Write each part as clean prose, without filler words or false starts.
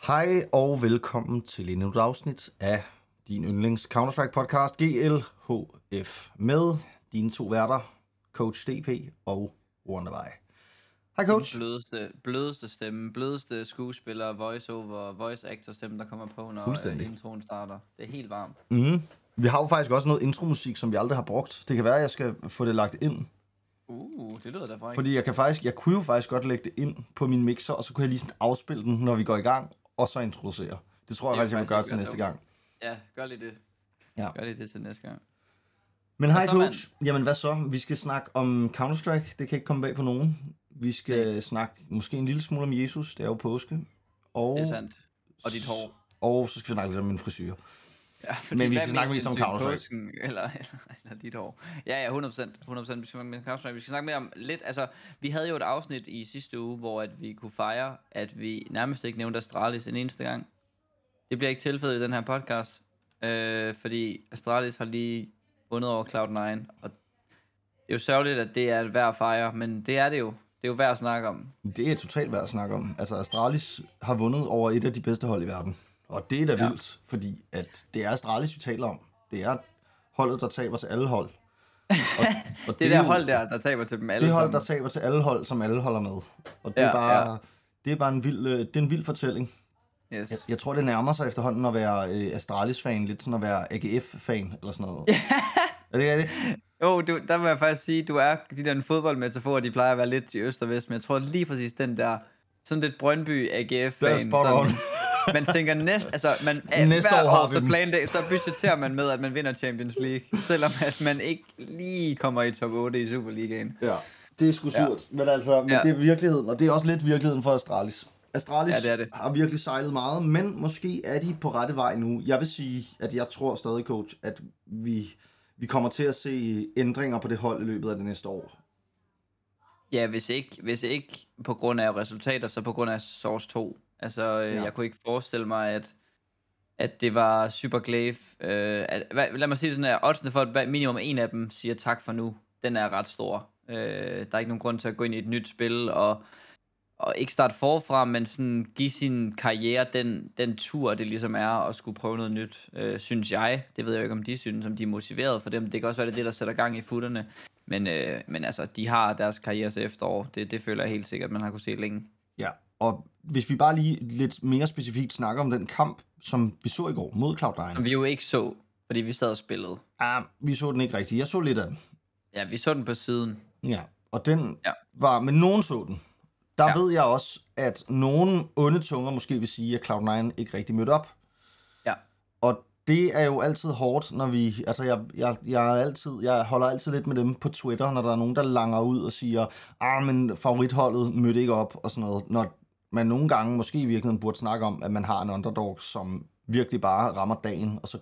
Hej og velkommen til endnu et afsnit af din yndlings Counter-Strike podcast GLHF med dine to værter, Coach DP og Wondervej. Hej Coach. Blødeste stemme, blødeste skuespiller, voice-over, voice-actor stemme, der kommer på, når introen starter. Det er helt varmt. Vi har jo faktisk også noget intromusik, som vi aldrig har brugt. Det kan være, at jeg skal få det lagt ind. Det lyder da fordi jeg kunne jo faktisk godt lægge det ind på min mixer, og så kunne jeg lige sådan afspille den, når vi går i gang, og så introducere. Det tror jeg faktisk, jeg vil gøre til næste gang. Ja, gør lige det. Ja. Gør lige det til næste gang. Men hej Coach. Jamen hvad så? Vi skal snakke om Counter-Strike. Det kan ikke komme bag på nogen. Vi skal snakke måske en lille smule om Jesus. Det er jo påske. Og, det er sandt. Og dit hår. Og så skal vi snakke lidt om min frisyr. Ja, men vi skal snakke mest om Counter-Strike. Eller dit hår. Ja, 100%. 100%. Vi skal snakke med Counter-Strike. Vi skal snakke mere om lidt. Altså, vi havde jo et afsnit i sidste uge, hvor at vi kunne fejre, at vi nærmest ikke nævnte Astralis en eneste gang. Det bliver ikke tilfældet i den her podcast. Fordi Astralis har lige vundet over Cloud9. Og det er jo sørgeligt, at det er værd at fejre, men det er det jo. Det er jo værd at snakke om. Det er totalt værd at snakke om. Altså, Astralis har vundet over et af de bedste hold i verden. Og det er da vildt, fordi at det er Astralis, vi taler om. Det er holdet, der taber til alle hold. Og det er hold der taber til dem alle. Det hold, der taber til alle hold, som alle holder med. Og det er bare, det er bare en vild fortælling. Yes. Jeg tror, det nærmer sig efterhånden at være Astralis-fan, lidt sådan at være AGF-fan, eller sådan noget. Er det rigtigt? Jo, der vil jeg faktisk sige, du er de der fodboldmetaforer, de plejer at være lidt i øst og vest, men jeg tror lige præcis den der, sådan lidt Brøndby AGF-fan. Man tænker næste år har så budgeterer man med, at man vinder Champions League, selvom at man ikke lige kommer i top 8 i Superligaen. Ja, det er sgu surt, men det er virkeligheden, og det er også lidt virkeligheden for Astralis. Astralis det. Har virkelig sejlet meget, men måske er de på rette vej nu. Jeg vil sige, at jeg tror stadig, Coach, at vi kommer til at se ændringer på det hold i løbet af det næste år. Ja, hvis ikke på grund af resultater, så på grund af Source 2. Altså, jeg kunne ikke forestille mig, at det var super glaive. Lad mig sige det sådan her, oddsene for, at minimum en af dem siger tak for nu, den er ret stor. Der er ikke nogen grund til at gå ind i et nyt spil, og ikke starte forfra, men sådan give sin karriere den tur, det ligesom er, at skulle prøve noget nyt, synes jeg. Det ved jeg jo ikke, om de synes, om de er motiveret for dem. Det kan også være det, der sætter gang i futterne. Men altså, de har deres karrieres efterår. Det føler jeg helt sikkert, man har kunne se længe. Ja, og hvis vi bare lige lidt mere specifikt snakker om den kamp, som vi så i går mod Cloud9. Som vi jo ikke så, fordi vi sad og spillede. Ja, vi så den ikke rigtigt. Jeg så lidt af den. Ja, vi så den på siden. Ja, og den var, men nogen så den. Der ved jeg også, at nogle onde tunger måske vil sige, at Cloud9 ikke rigtig mødte op. Ja. Og det er jo altid hårdt, når vi, altså jeg holder altid lidt med dem på Twitter, når der er nogen, der langer ud og siger, men favoritholdet mødte ikke op og sådan noget. Når man nogle gange måske i virkeligheden burde snakke om, at man har en underdog, som virkelig bare rammer dagen, og så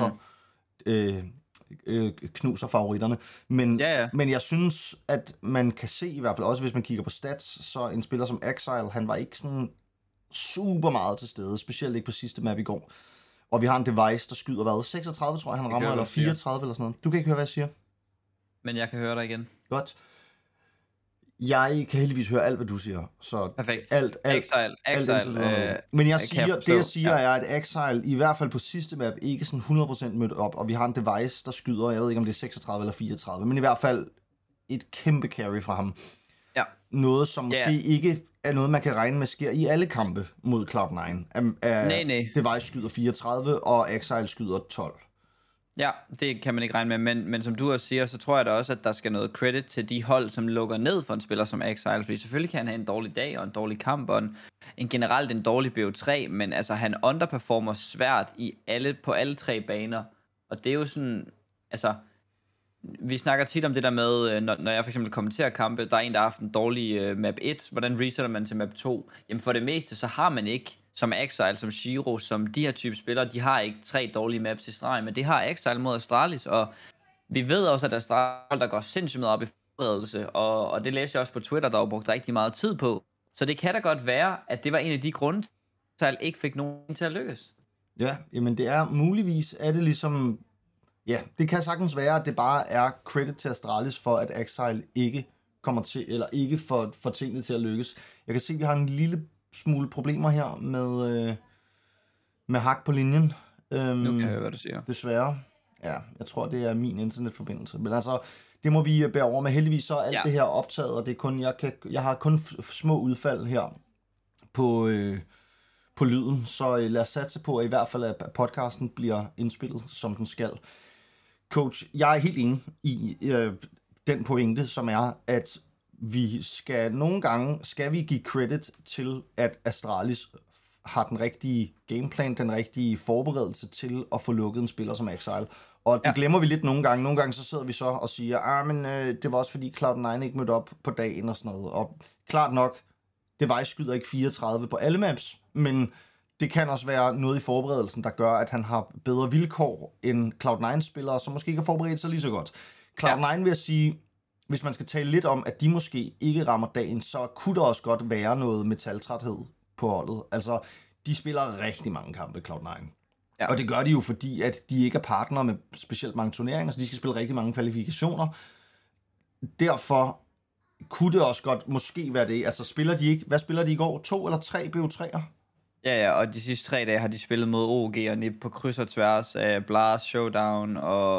knuser favoritterne. Men jeg synes, at man kan se i hvert fald, også hvis man kigger på stats, så en spiller som Exile, han var ikke sådan super meget til stede, specielt ikke på sidste map i går. Og vi har en device, der skyder hvad? 36, tror jeg, han rammer, eller 34 eller sådan noget. Du kan ikke høre, hvad jeg siger. Men jeg kan høre dig igen. Godt. Jeg kan heldigvis høre alt, hvad du siger. Så perfekt. Alt Exile. Men jeg siger, er, at Exile i hvert fald på sidste map ikke sådan 100% mødt op, og vi har en device, der skyder, jeg ved ikke, om det er 36 eller 34, men i hvert fald et kæmpe carry fra ham. Ja. Noget, som måske ikke er noget, man kan regne med sker i alle kampe mod Cloud9. Nej. Device skyder 34, og Exile skyder 12. Ja, det kan man ikke regne med, men som du også siger, så tror jeg da også, at der skal noget credit til de hold, som lukker ned for en spiller som Exile, fordi selvfølgelig kan han have en dårlig dag og en dårlig kamp og en generelt en dårlig BO3, men altså han underperformer svært på alle tre baner, og det er jo sådan, altså vi snakker tit om det der med, når jeg for eksempel kommenterer kampe, der er en, der har haft en dårlig map 1, hvordan resetter man til map 2? Jamen for det meste, så har man ikke, som Exile, som Shiro, som de her type spillere, de har ikke 3 dårlige maps i streg, men det har Exile mod Astralis, og vi ved også, at Astralis, der går sindssygt meget op i forberedelse, og det læste jeg også på Twitter, der har brugt rigtig meget tid på, så det kan da godt være, at det var en af de grunde, at ikke fik nogen til at lykkes. Ja, jamen det er muligvis, er det ligesom, ja, det kan sagtens være, at det bare er credit til Astralis for, at Exile ikke kommer til, eller ikke får tingene til at lykkes. Jeg kan se, at vi har en lille smule problemer her med hak på linjen. Nu kan jeg høre, hvad du siger. Desværre. Ja, jeg tror, det er min internetforbindelse. Men altså, det må vi bære over med. Heldigvis så er alt det her optaget, og det er kun, jeg har kun små udfald her på lyden. Så lad os satse på, at i hvert fald at podcasten bliver indspillet, som den skal. Coach, jeg er helt enig i den pointe, som er, at vi skal nogle gange give credit til, at Astralis har den rigtige gameplan, den rigtige forberedelse til at få lukket en spiller som Exile. Og det glemmer vi lidt nogle gange. Nogle gange så sidder vi så og siger, men det var også fordi Cloud9 ikke mødte op på dagen og sådan noget. Og klart nok, Device skyder ikke 34 på alle maps, men det kan også være noget i forberedelsen, der gør, at han har bedre vilkår end Cloud9-spillere, som måske ikke har forberedt sig lige så godt. Cloud9 vil jeg sige, hvis man skal tale lidt om, at de måske ikke rammer dagen, så kunne der også godt være noget metaltræthed på holdet. Altså, de spiller rigtig mange kampe, Cloud9. Ja. Og det gør de jo, fordi at de ikke er partner med specielt mange turneringer, så de skal spille rigtig mange kvalifikationer. Derfor kunne det også godt måske være det. Altså, hvad spiller de i går? 2 eller 3 BO3'er? Ja, og de sidste 3 dage har de spillet mod OG og NiP på kryds og tværs af Blast, Showdown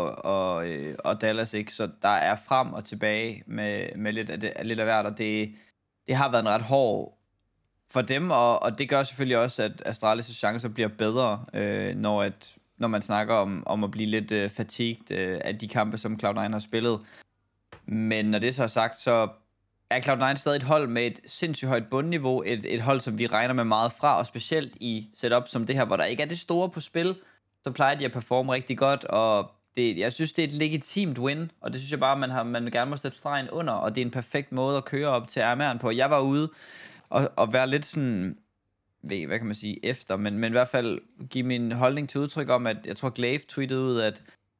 og Dallas, ikke? Så der er frem og tilbage med lidt af hvert, og det har været en ret hård for dem, og det gør selvfølgelig også, at Astralis' chancer bliver bedre, når man snakker om at blive lidt fatigued af de kampe, som Cloud9 har spillet. Men når det så er sagt, så er Cloud9 stadig et hold med et sindssygt højt bundniveau, et hold, som vi regner med meget fra, og specielt i setup som det her, hvor der ikke er det store på spil, så plejer de at performe rigtig godt, og jeg synes, det er et legitimt win, og det synes jeg bare, man gerne må sætte stregen under, og det er en perfekt måde at køre op til RMR'en på. Jeg var ude og være lidt sådan, hvad kan man sige, efter, men i hvert fald give min holdning til udtryk om, at jeg tror Glaive tweetede ud, at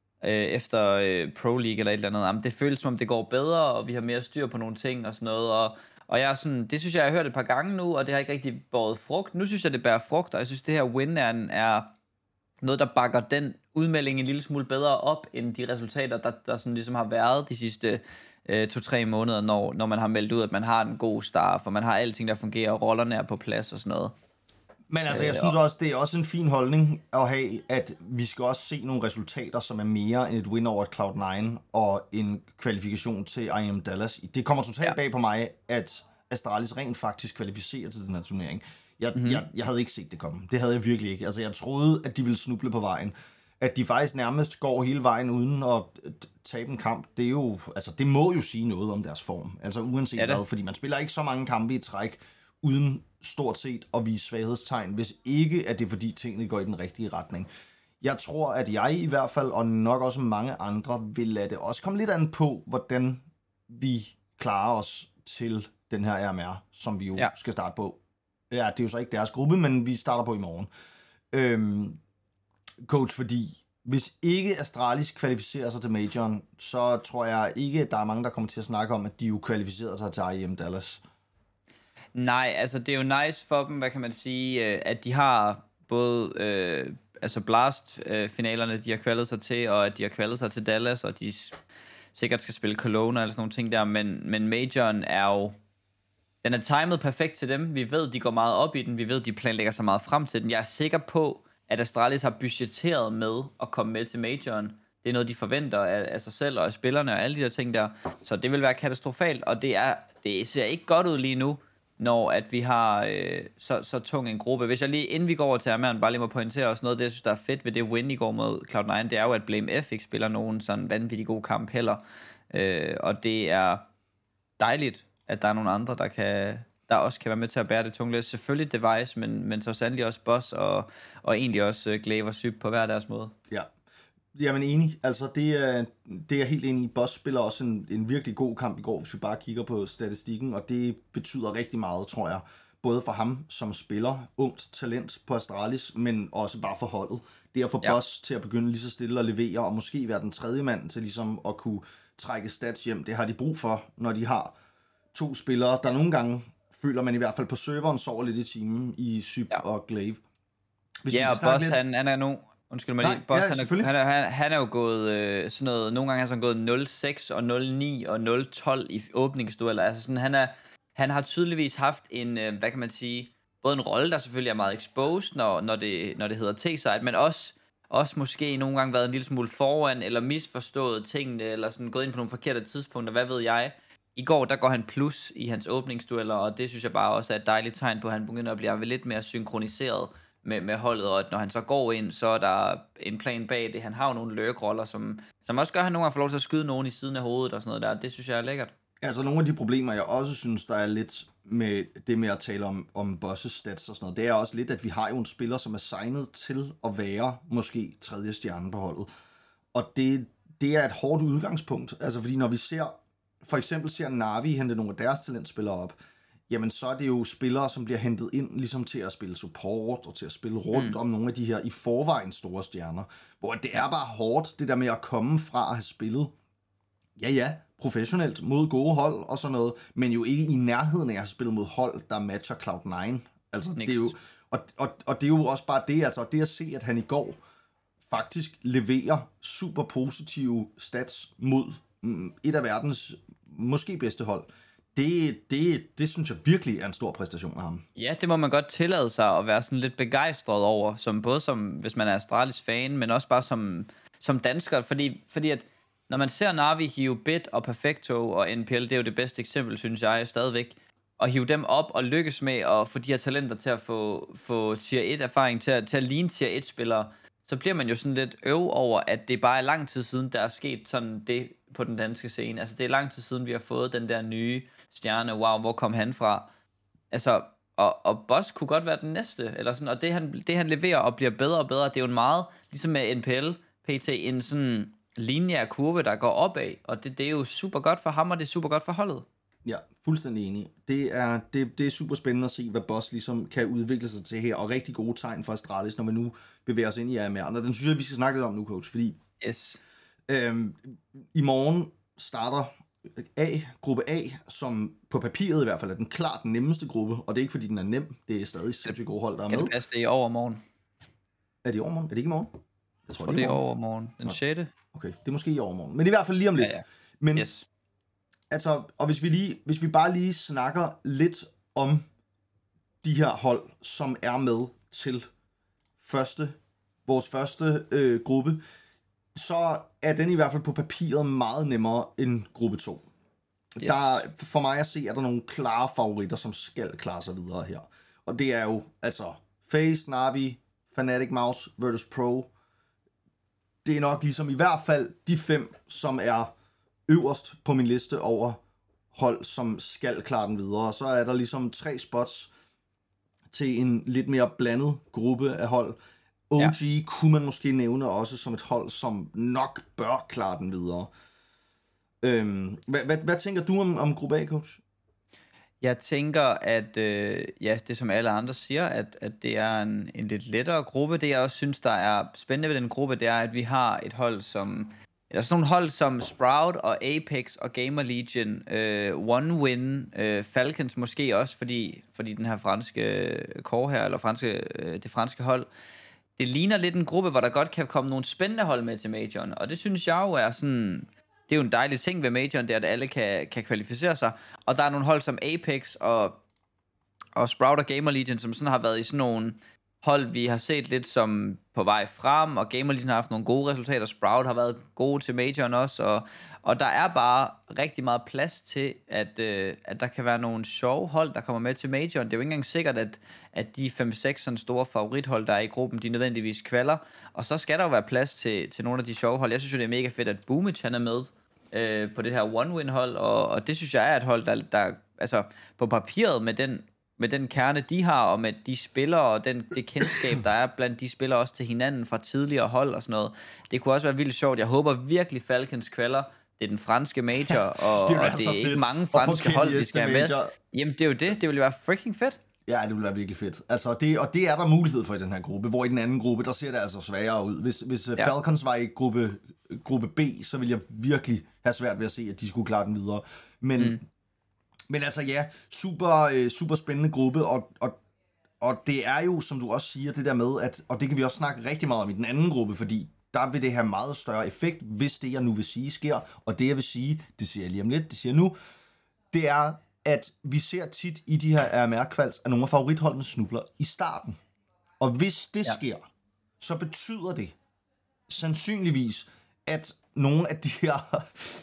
efter Pro League eller et eller andet, det føles som om det går bedre, og vi har mere styr på nogle ting og sådan noget, og jeg er sådan, det synes jeg har hørt et par gange nu, og det har ikke rigtig båret frugt. Nu synes jeg, det bærer frugt, og jeg synes, det her win er noget, der bakker den udmelding en lille smule bedre op, end de resultater, der sådan ligesom har været de sidste 2-3 måneder, når man har meldt ud, at man har en god staff, og man har alting, der fungerer, og rollerne er på plads og sådan noget. Men altså, jeg synes også, det er også en fin holdning at have, at vi skal også se nogle resultater, som er mere end et win over Cloud9 og en kvalifikation til IM Dallas. Det kommer totalt bag på mig, at Astralis rent faktisk kvalificerer til den her turnering. Jeg havde ikke set det komme. Det havde jeg virkelig ikke. Altså, jeg troede, at de ville snuble på vejen. At de faktisk nærmest går hele vejen uden at tabe en kamp, det er jo, altså, det må jo sige noget om deres form. Altså, uanset hvad, fordi man spiller ikke så mange kampe i træk, uden stort set at vise svaghedstegn, hvis ikke at det er fordi tingene går i den rigtige retning. Jeg tror, at jeg i hvert fald, og nok også mange andre, vil lade det også komme lidt an på, hvordan vi klarer os til den her RMR, som vi jo skal starte på. Ja, det er jo så ikke deres gruppe, men vi starter på i morgen. Coach, fordi hvis ikke Astralis kvalificerer sig til Majoren, så tror jeg ikke, at der er mange, der kommer til at snakke om, at de jo kvalificerer sig til IEM Dallas. Nej, altså det er jo nice for dem, hvad kan man sige, at de har både Blast-finalerne, de har kvalet sig til, og at de har kvalet sig til Dallas, og de sikkert skal spille Cologne eller sådan nogle ting der, men Majoren er jo, den er timet perfekt til dem. Vi ved, de går meget op i den, vi ved, de planlægger sig meget frem til den. Jeg er sikker på, at Astralis har budgetteret med at komme med til Majoren. Det er noget, de forventer af sig selv og af spillerne og alle de der ting der. Så det vil være katastrofalt, og det ser ikke godt ud lige nu, når at vi har så tung en gruppe. Hvis jeg lige, inden vi går over til RMR'en, bare lige må pointere også noget, det jeg synes, der er fedt ved det win i går mod Cloud9, det er jo, at Blame F ikke spiller nogen sådan vanvittig god kamp heller. Og det er dejligt, at der er nogle andre, der også kan være med til at bære det tunge læs. Selvfølgelig Device, men så sandelig også Boss, og egentlig også Glaive og Syb på hver deres måde. Ja. Jamen enig, altså det er jeg helt enig i. Boss spiller også en virkelig god kamp i går, hvis vi bare kigger på statistikken, og det betyder rigtig meget, tror jeg, både for ham som spiller, ungt talent på Astralis, men også bare for holdet. Det er at få Boss til at begynde lige så stille at levere, og måske være den tredje mand til ligesom at kunne trække stats hjem. Det har de brug for, når de har 2 spillere, der nogle gange føler man i hvert fald på serveren sover lidt i timen i Syb og Glaive. Og Boss, han er nu... Undskyld mig lige. Boss, han er jo gået sådan noget, nogle gange har han gået 0-6 og 0-9 og 0-12 i åbningsdueller. Altså sådan, han har tydeligvis haft en, hvad kan man sige, både en rolle, der selvfølgelig er meget exposed, når det hedder T-side, men også måske nogle gange været en lille smule foran, eller misforstået tingene, eller sådan gået ind på nogle forkerte tidspunkter, hvad ved jeg. I går, der går han plus i hans åbningsdueller, og det synes jeg bare også er et dejligt tegn på, at han begynder at blive lidt mere synkroniseret med holdet, og at når han så går ind, så er der en plan bag det. Han har jo nogle lurk-roller, som også gør, at han nogle gange får lov til at skyde nogen i siden af hovedet og sådan noget der. Det synes jeg er lækkert. Altså nogle af de problemer, jeg også synes, der er lidt med det med at tale om bosses stats og sådan noget, det er også lidt, at vi har jo en spiller, som er signet til at være måske tredje stjerne på holdet. Og det er et hårdt udgangspunkt. Altså fordi når vi for eksempel ser Na'Vi hente nogle af deres talentspillere op, jamen så er det jo spillere, som bliver hentet ind ligesom til at spille support og til at spille rundt om nogle af de her i forvejen store stjerner. Hvor det er bare hårdt, det der med at komme fra at have spillet, professionelt mod gode hold og sådan noget, men jo ikke i nærheden af at have spillet mod hold, der matcher Cloud9. Altså det er jo, og det er jo også bare det, altså det at se, at han i går faktisk leverer super positive stats mod et af verdens måske bedste hold. Det synes jeg virkelig er en stor præstation af ham. Ja, det må man godt tillade sig at være sådan lidt begejstret over, både som hvis man er Astralis fan, men også bare som dansker, fordi at når man ser Na'Vi hive Bit og Perfecto og NPL, det er jo det bedste eksempel, synes jeg stadigvæk, at hive dem op og lykkes med at få de her talenter til at få tier 1 erfaring til at ligne tier 1 spillere, så bliver man jo sådan lidt over, at det bare er lang tid siden, der er sket sådan det på den danske scene. Altså det er lang tid siden, vi har fået den der nye stjerne, wow, hvor kom han fra? Altså, og Boss kunne godt være den næste, eller sådan, og det han leverer og bliver bedre og bedre, det er jo en meget, ligesom med NPL, PT, en sådan lineær kurve, der går opad, og det er jo super godt for ham, og det er super godt for holdet. Ja, fuldstændig enig. Det er super spændende at se, hvad Boss ligesom kan udvikle sig til her, og rigtig gode tegn for Astralis, når vi nu bevæger os ind i AMR'en, og den synes jeg, vi skal snakke lidt om nu, coach, fordi yes. I morgen starter gruppe A, som på papiret i hvert fald er den klart nemmeste gruppe, og det er ikke fordi den er nem, det er stadig sindssygt gode hold, der er med. Kan det passe, det er i overmorgen? Er det i overmorgen? Er det ikke i morgen? Jeg tror, det er i overmorgen. Den 6. Okay, det er måske i overmorgen, men det er i hvert fald lige om lidt. Ja. Men yes. Altså, og hvis vi bare lige snakker lidt om de her hold, som er med til vores første gruppe, så er den i hvert fald på papiret meget nemmere end gruppe 2. Yes. Der, for mig at se, er der nogle klare favoritter, som skal klare sig videre her. Og det er jo altså FaZe, Na'Vi, Fnatic, Mouse, Virtus Pro. Det er nok ligesom i hvert fald de 5, som er øverst på min liste over hold, som skal klare den videre. Og så er der ligesom 3 spots til en lidt mere blandet gruppe af hold. OG kunne man måske nævne også som et hold, som nok bør klare den videre. Hvad tænker du om gruppe A, coach? Jeg tænker, at det som alle andre siger, at det er en lidt lettere gruppe. Det jeg også synes, der er spændende ved den gruppe, det er, at vi har et hold som... Der er sådan nogle hold som Sprout og Apex og Gamer Legion, One Win, Falcons måske også, fordi den her franske core her, eller det franske hold, det ligner lidt en gruppe, hvor der godt kan komme nogle spændende hold med til majoren, og det synes jeg jo er sådan, det er jo en dejlig ting ved majoren, det er, at alle kan kvalificere sig, og der er nogle hold som Apex og Sprout og Gamer Legion, som sådan har været i sådan nogle hold, vi har set lidt som på vej frem, og Gamer Legion har haft nogle gode resultater, Sprout har været gode til majoren også, og der er bare rigtig meget plads til, at der kan være nogle sjove hold, der kommer med til majoren. Det er jo ikke engang sikkert, at de 5-6 sådan store favorithold, der er i gruppen, de nødvendigvis kvalder, og så skal der jo være plads til nogle af de sjove hold. Jeg synes jo, det er mega fedt, at Boomich han er med på det her one-win-hold, og det synes jeg er et hold, der altså på papiret med den kerne, de har, og med de spillere, og det kendskab, der er blandt de spillere også til hinanden fra tidligere hold og sådan noget. Det kunne også være vildt sjovt. Jeg håber virkelig, Falcons kvalder. Det er den franske major, og det er ikke mange franske hold, vi skal have med. Jamen, det er jo det. Det ville være freaking fedt. Ja, det ville være virkelig fedt. Altså, det er der mulighed for i den her gruppe, hvor i den anden gruppe, der ser det altså sværere ud. Hvis Falcons var i gruppe B, så ville jeg virkelig have svært ved at se, at de skulle klare den videre. Men altså ja, super spændende gruppe, og det er jo, som du også siger, det der med, at, og det kan vi også snakke rigtig meget om i den anden gruppe, fordi der vil det have meget større effekt, hvis det, jeg nu vil sige, sker. Og det, jeg vil sige, det siger jeg lige om lidt, det siger jeg nu, det er, at vi ser tit i de her RMR-kvalds, at nogle af favoritholdene snubler i starten. Og hvis det sker, så betyder det sandsynligvis, at nogle af de her,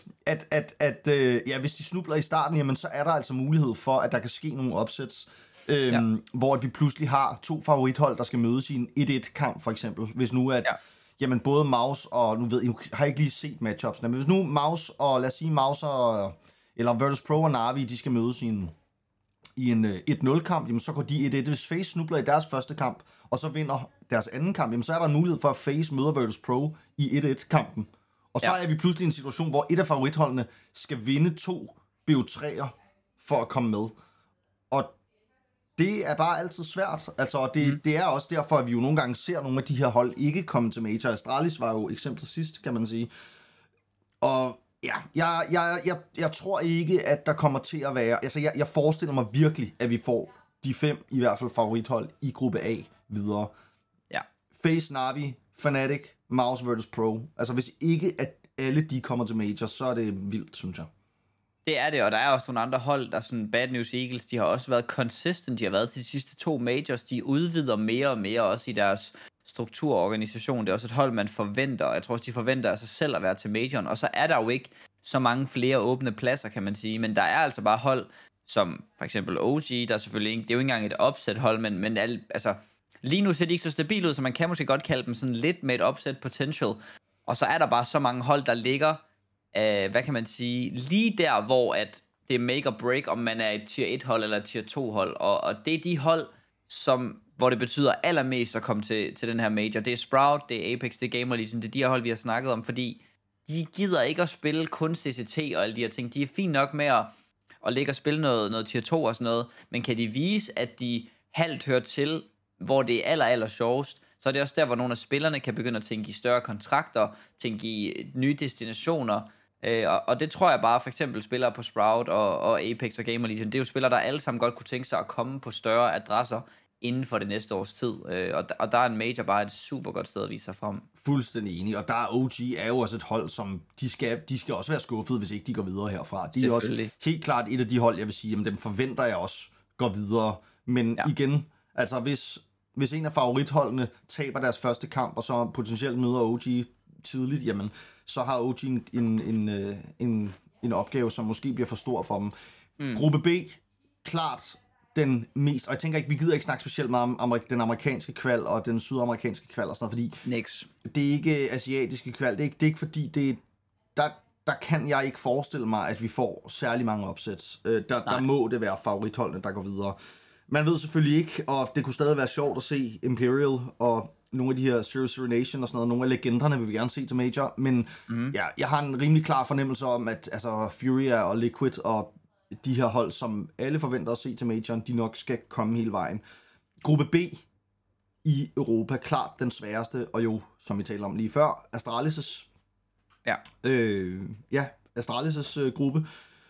hvis de snubler i starten, jamen så er der altså mulighed for, at der kan ske nogle upsets, hvor vi pludselig har 2 favorithold, der skal mødes i en 1-1-kamp, for eksempel. Hvis nu jamen både Mouse og, nu har jeg ikke lige set matchupsene, men hvis nu Mouse og, lad os sige Mouse og, eller Virtus Pro og Na'Vi, de skal mødes i en 1-0-kamp, jamen så går de 1-1. Hvis FaZe snubler i deres første kamp, og så vinder deres anden kamp, jamen så er der en mulighed for, at FaZe møder Virtus Pro i 1-1-kampen. Og så er vi pludselig i en situation, hvor et af favoritholdene skal vinde 2 BO3'er for at komme med. Og det er bare altid svært. Altså, det er også derfor, at vi jo nogle gange ser nogle af de her hold ikke komme til Major. Astralis var jo eksemplet sidst, kan man sige. Og jeg tror ikke, at der kommer til at være... Altså, jeg forestiller mig virkelig, at vi får de 5, i hvert fald favorithold, i gruppe A videre. Ja. FaZe, Na'Vi, Fnatic, Mouse vs. Pro. Altså, hvis ikke at alle de kommer til Major, så er det vildt, synes jeg. Det er det, og der er også nogle andre hold, der sådan Bad News Eagles, de har også været consistent, de har været til de sidste 2 majors, de udvider mere og mere også i deres struktur og organisation. Det er også et hold, man forventer, og jeg tror også, de forventer af sig selv at være til majoren, og så er der jo ikke så mange flere åbne pladser, kan man sige, men der er altså bare hold, som for eksempel OG, der er selvfølgelig ikke, det er jo ikke engang et upset hold, men altså, lige nu ser de ikke så stabilt ud, så man kan måske godt kalde dem sådan lidt med et upset potential, og så er der bare så mange hold, der ligger hvad kan man sige, lige der, hvor at det er make or break, om man er et tier 1 hold eller et tier 2 hold, og det er de hold, hvor det betyder allermest at komme til den her major. Det er Sprout, det er Apex, det er Gamer Legion, det er de her hold, vi har snakket om, fordi de gider ikke at spille kun CCT og alle de her ting. De er fint nok med at ligge og spille noget tier 2 og sådan noget, men kan de vise, at de halvt hører til, hvor det er aller sjovest, så er det også der, hvor nogle af spillerne kan begynde at tænke i større kontrakter, tænke i nye destinationer, og det tror jeg bare, for eksempel spillere på Sprout og Apex og Gamer Legion, det er jo spillere, der alle sammen godt kunne tænke sig at komme på større adresser inden for det næste års tid, og der er en major bare et super godt sted at vise sig frem. Fuldstændig enig, og der er OG er jo også et hold, som de skal også være skuffet, hvis ikke de går videre herfra. De er også helt klart et af de hold, jeg vil sige, jamen dem forventer jeg også går videre, men igen, altså hvis en af favoritholdene taber deres første kamp, og så potentielt møder OG tidligt, jamen, så har OG en opgave, som måske bliver for stor for dem. Gruppe B, klart den mest, og jeg tænker ikke, vi gider ikke snakke specielt meget om den amerikanske kval og den sydamerikanske kval og sådan noget, fordi det er ikke asiatiske kval, det er ikke fordi, der kan jeg ikke forestille mig, at vi får særlig mange opsæts. Der må det være favoritholdene, der går videre. Man ved selvfølgelig ikke, og det kunne stadig være sjovt at se Imperial og nogle af de her Zero Nation og sådan noget. Nogle af legenderne vil vi gerne se til Major, men jeg har en rimelig klar fornemmelse om, at altså, Furia og Liquid og de her hold, som alle forventer at se til Majoren, de nok skal komme hele vejen. Gruppe B i Europa, klart den sværeste, og jo, som vi talte om lige før, Astralis' Astralis' gruppe.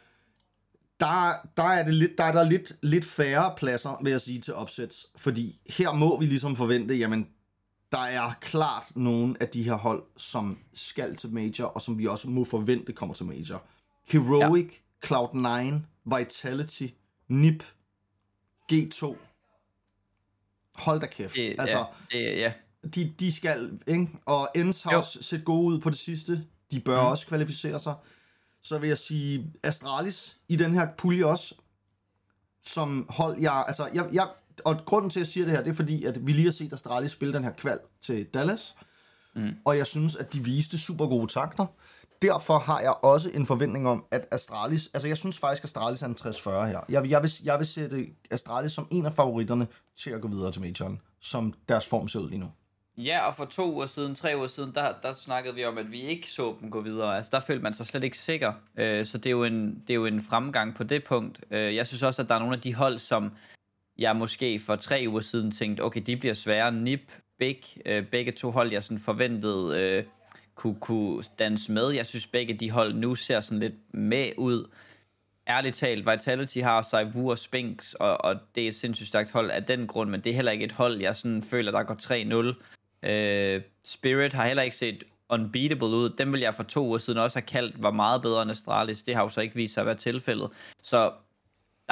Der er der lidt færre pladser, vil jeg sige, til upsets, fordi her må vi ligesom forvente, jamen, der er klart nogle af de her hold, som skal til Major, og som vi også må forvente kommer til Major. Heroic, Cloud9, Vitality, NiP, G2. Hold da kæft. De skal, ikke? Og ENCE har også set gode ud på det sidste. De bør også kvalificere sig. Så vil jeg sige Astralis i den her pulje også, som hold og grunden til, at jeg siger det her, det er fordi, at vi lige har set Astralis spille den her kval til Dallas, og jeg synes, at de viste super gode takter. Derfor har jeg også en forventning om, at Astralis, altså jeg synes faktisk, at Astralis er en 60-40 her. Jeg vil sætte Astralis som en af favoritterne til at gå videre til Majoren, som deres form ser ud lige nu. Ja, og for 2 uger siden, 3 uger siden, der snakkede vi om, at vi ikke så dem gå videre. Altså, der følte man sig slet ikke sikker. Så det er jo en fremgang på det punkt. Jeg synes også, at der er nogle af de hold, som jeg måske for 3 uger siden tænkte, okay, de bliver svære. NiP, Big, begge 2 hold, jeg sådan forventede kunne danse med. Jeg synes, begge de hold nu ser sådan lidt med ud. Ærligt talt, Vitality har Saivu og Spinks, og det er et sindssygt stærkt hold af den grund, men det er heller ikke et hold, jeg sådan føler, der går 3-0. Spirit har heller ikke set unbeatable ud. Dem vil jeg for 2 uger siden også have kaldt, var meget bedre end Astralis. Det har jo så ikke vist sig at være tilfældet. Så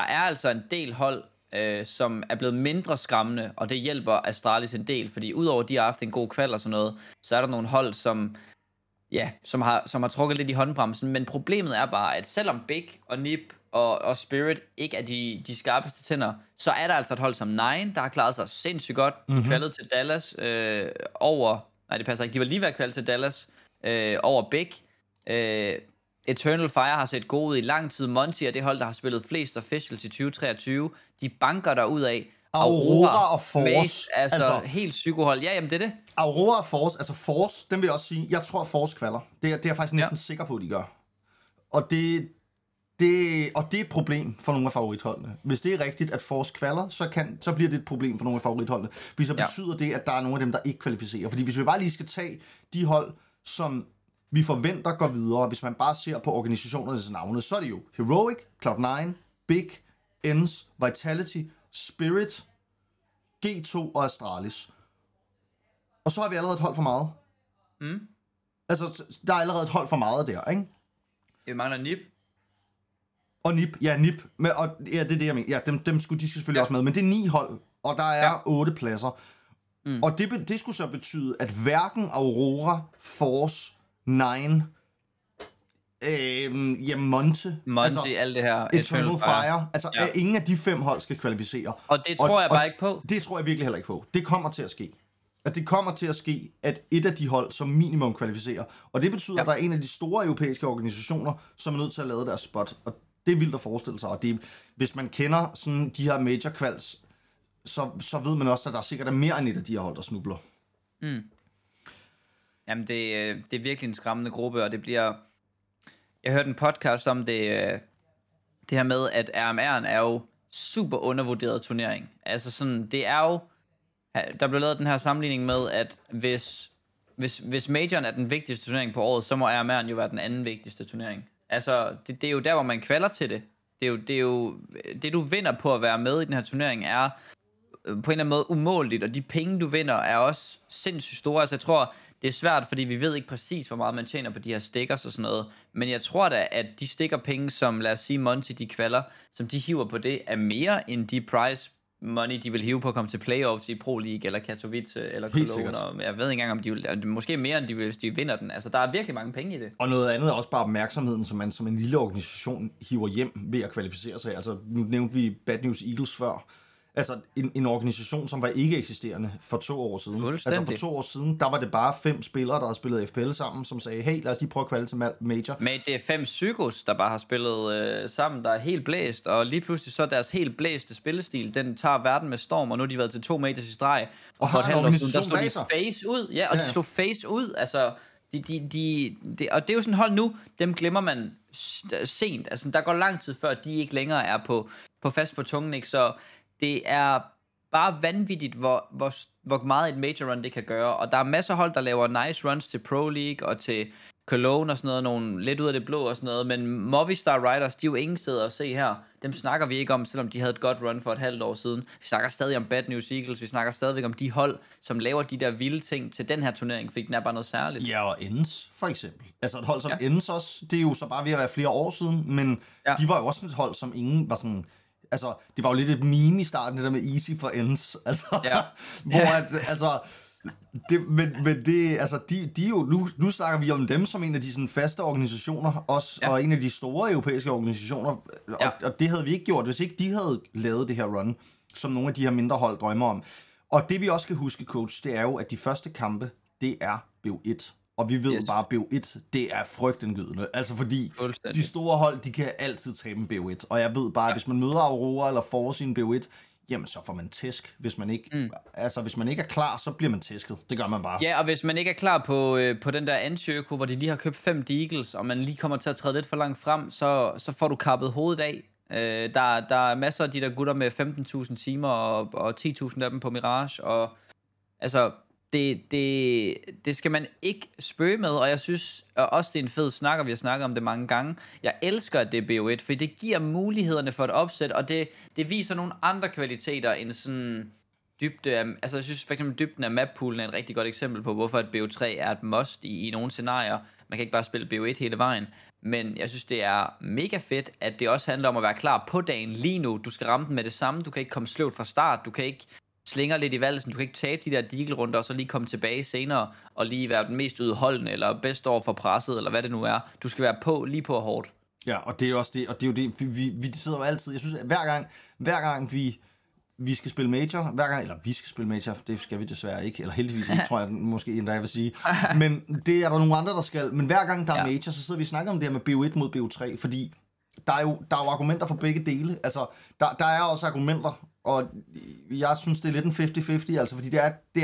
der er altså en del hold, som er blevet mindre skræmmende, og det hjælper Astralis en del, fordi udover de har haft en god kval og sådan noget, så er der nogle hold, som har trukket lidt i håndbremsen, men problemet er bare, at selvom Big og Nip og Spirit ikke er de skarpeste tænder, så er der altså et hold som Nine, der har klaret sig sindssygt godt. De kvalede til Dallas over... Nej, det passer ikke. De var lige ved at kvalde til Dallas over Big. Eternal Fire har set god ud i lang tid. Monty er det hold, der har spillet flest officials i 2023. De banker der ud af. Aurora og Force. Mace, altså helt psykohold. Ja, jamen det er det. Aurora og Force, altså Force, den vil jeg også sige, jeg tror Force kvalder. Det er jeg faktisk næsten sikker på, at de gør. Og det er et problem for nogle af favoritholdene. Hvis det er rigtigt, at Force kvalder, så bliver det et problem for nogle af favoritholdene. Fordi så betyder det, at der er nogle af dem, der ikke kvalificerer. Fordi hvis vi bare lige skal tage de hold, som vi forventer går videre, hvis man bare ser på organisationernes navne, så er det jo Heroic, Cloud9, Big, ENCE, Vitality, Spirit, G2 og Astralis. Og så har vi allerede et hold for meget. Altså, der er allerede et hold for meget der, ikke? Vi mangler Nip. Og Nip, ja, Nip. Det er det, jeg mener. Ja, de skal selvfølgelig også med, men det er 9 hold, og der er 8 pladser. Og det skulle så betyde, at hverken Aurora, Force, Nine, Monte, altså, alt det her, Eternal Fire, altså ingen af de 5 hold skal kvalificere. Og det tror jeg bare ikke på. Det tror jeg virkelig heller ikke på. Det kommer til at ske. At det kommer til at ske, at et af de hold som minimum kvalificerer. Og det betyder, at der er en af de store europæiske organisationer, som er nødt til at lade deres spot. Og det er vildt at forestille sig. Og hvis man kender sådan de her major quals, så ved man også, at der sikkert er mere end et af de her hold, der snubler. Jamen, det er virkelig en skræmmende gruppe, og det bliver... Jeg hørte en podcast om det her med, at RMR'en er jo super undervurderet turnering. Altså sådan, det er jo... Der blev lavet den her sammenligning med, at hvis majoren er den vigtigste turnering på året, så må RMR'en jo være den anden vigtigste turnering. Altså, det er jo der, hvor man kvalder til det. Det er jo det, du vinder på at være med i den her turnering, er på en eller anden måde umåleligt, og de penge, du vinder, er også sindssygt store. Altså, jeg tror, det er svært, fordi vi ved ikke præcis, hvor meget man tjener på de her stickers og sådan noget. Men jeg tror da, at de stickerpenge, som lad os sige Monty, de kvalder, som de hiver på det, er mere end de prize money, de vil hive på at komme til playoffs i Pro League, eller Katowice, eller Cologne. Og jeg ved ikke engang, om de vil, måske mere end de vil, hvis de vinder den. Altså, der er virkelig mange penge i det. Og noget andet er også bare opmærksomheden, som man som en lille organisation hiver hjem ved at kvalificere sig. Altså, nu nævnte vi Bad News Eagles før. Altså en organisation, som var ikke eksisterende for 2 år siden. Altså for 2 år siden, der var det bare 5 spillere, der havde spillet FPL sammen, som sagde, hey, lad os lige prøve at kvalde til Major. Men det er 5 psykos, der bare har spillet sammen, der er helt blæst, og lige pludselig så deres helt blæste spillestil, den tager verden med storm, og nu har de været til 2 majors i streg. Og har en organisation der slog de face ud, de slog face ud, altså... og det er jo sådan hold nu, dem glemmer man sent. Altså, der går lang tid før, de ikke længere er på fast på tungen, ikke? Så det er bare vanvittigt, hvor meget et major run det kan gøre. Og der er masser af hold, der laver nice runs til Pro League og til Cologne og sådan noget, nogle lidt ud af det blå og sådan noget. Men Movistar Riders, de er jo ingen steder at se her. Dem snakker vi ikke om, selvom de havde et godt run for et halvt år siden. Vi snakker stadig om Bad News Eagles, vi snakker stadigvæk om de hold, som laver de der vilde ting til den her turnering, fordi den er bare noget særligt. Ja, og ENCE for eksempel. Altså et hold som ENCE også, det er jo så bare ved at være flere år siden, men de var jo også et hold, som ingen var sådan... Altså, det var jo lidt et meme i starten, det der med Easy for ENCE. Altså, hvor at, altså... Men det, altså, de jo, nu snakker vi om dem som en af de sådan faste organisationer, også, og en af de store europæiske organisationer, og det havde vi ikke gjort, hvis ikke de havde lavet det her run, som nogle af de her mindre hold drømmer om. Og det vi også skal huske, coach, det er jo, at de første kampe, det er BO1. Og vi ved bare, at BO1, det er frygtindgydende. Altså fordi de store hold, de kan altid tabe en BO1. Og jeg ved bare, at hvis man møder Aurora eller Force i en BO1, jamen så får man tæsk. Hvis man ikke, hvis man ikke er klar, så bliver man tæsket. Det gør man bare. Ja, og hvis man ikke er klar på den der Antiøko, hvor de lige har købt 5 Deagles, og man lige kommer til at træde lidt for langt frem, så får du kappet hovedet af. Der er masser af de der gutter med 15.000 timer og 10.000 af dem på Mirage. Og altså... Det skal man ikke spøge med, og jeg synes også, det er en fed snak, og vi har snakket om det mange gange. Jeg elsker, at det er BO1, for det giver mulighederne for et opsæt, og det viser nogle andre kvaliteter end sådan altså jeg synes for eksempel dybden af mappoolen er et rigtig godt eksempel på, hvorfor et BO3 er et must i nogle scenarier. Man kan ikke bare spille BO1 hele vejen. Men jeg synes, det er mega fedt, at det også handler om at være klar på dagen lige nu. Du skal ramme den med det samme. Du kan ikke komme sløvt fra start. Du kan ikke slinger lidt i valsen. Du kan ikke tabe de der deagle-runder, og så lige komme tilbage senere, og lige være den mest udholdende, eller bedst over for presset, eller hvad det nu er. Du skal være på, lige på hårdt. Ja, og det er også det, og det er jo det, vi sidder jo altid, jeg synes, at hver gang vi skal spille major, vi skal spille major, det skal vi desværre ikke, eller heldigvis ikke, tror jeg måske endda, jeg vil sige, men det er der nogle andre, der skal, men hver gang der er major, så sidder vi og snakker om det her med BO1 mod BO3, fordi der er jo argumenter for begge dele, altså, der er også argumenter, og jeg synes, det er lidt en 50-50, altså, fordi det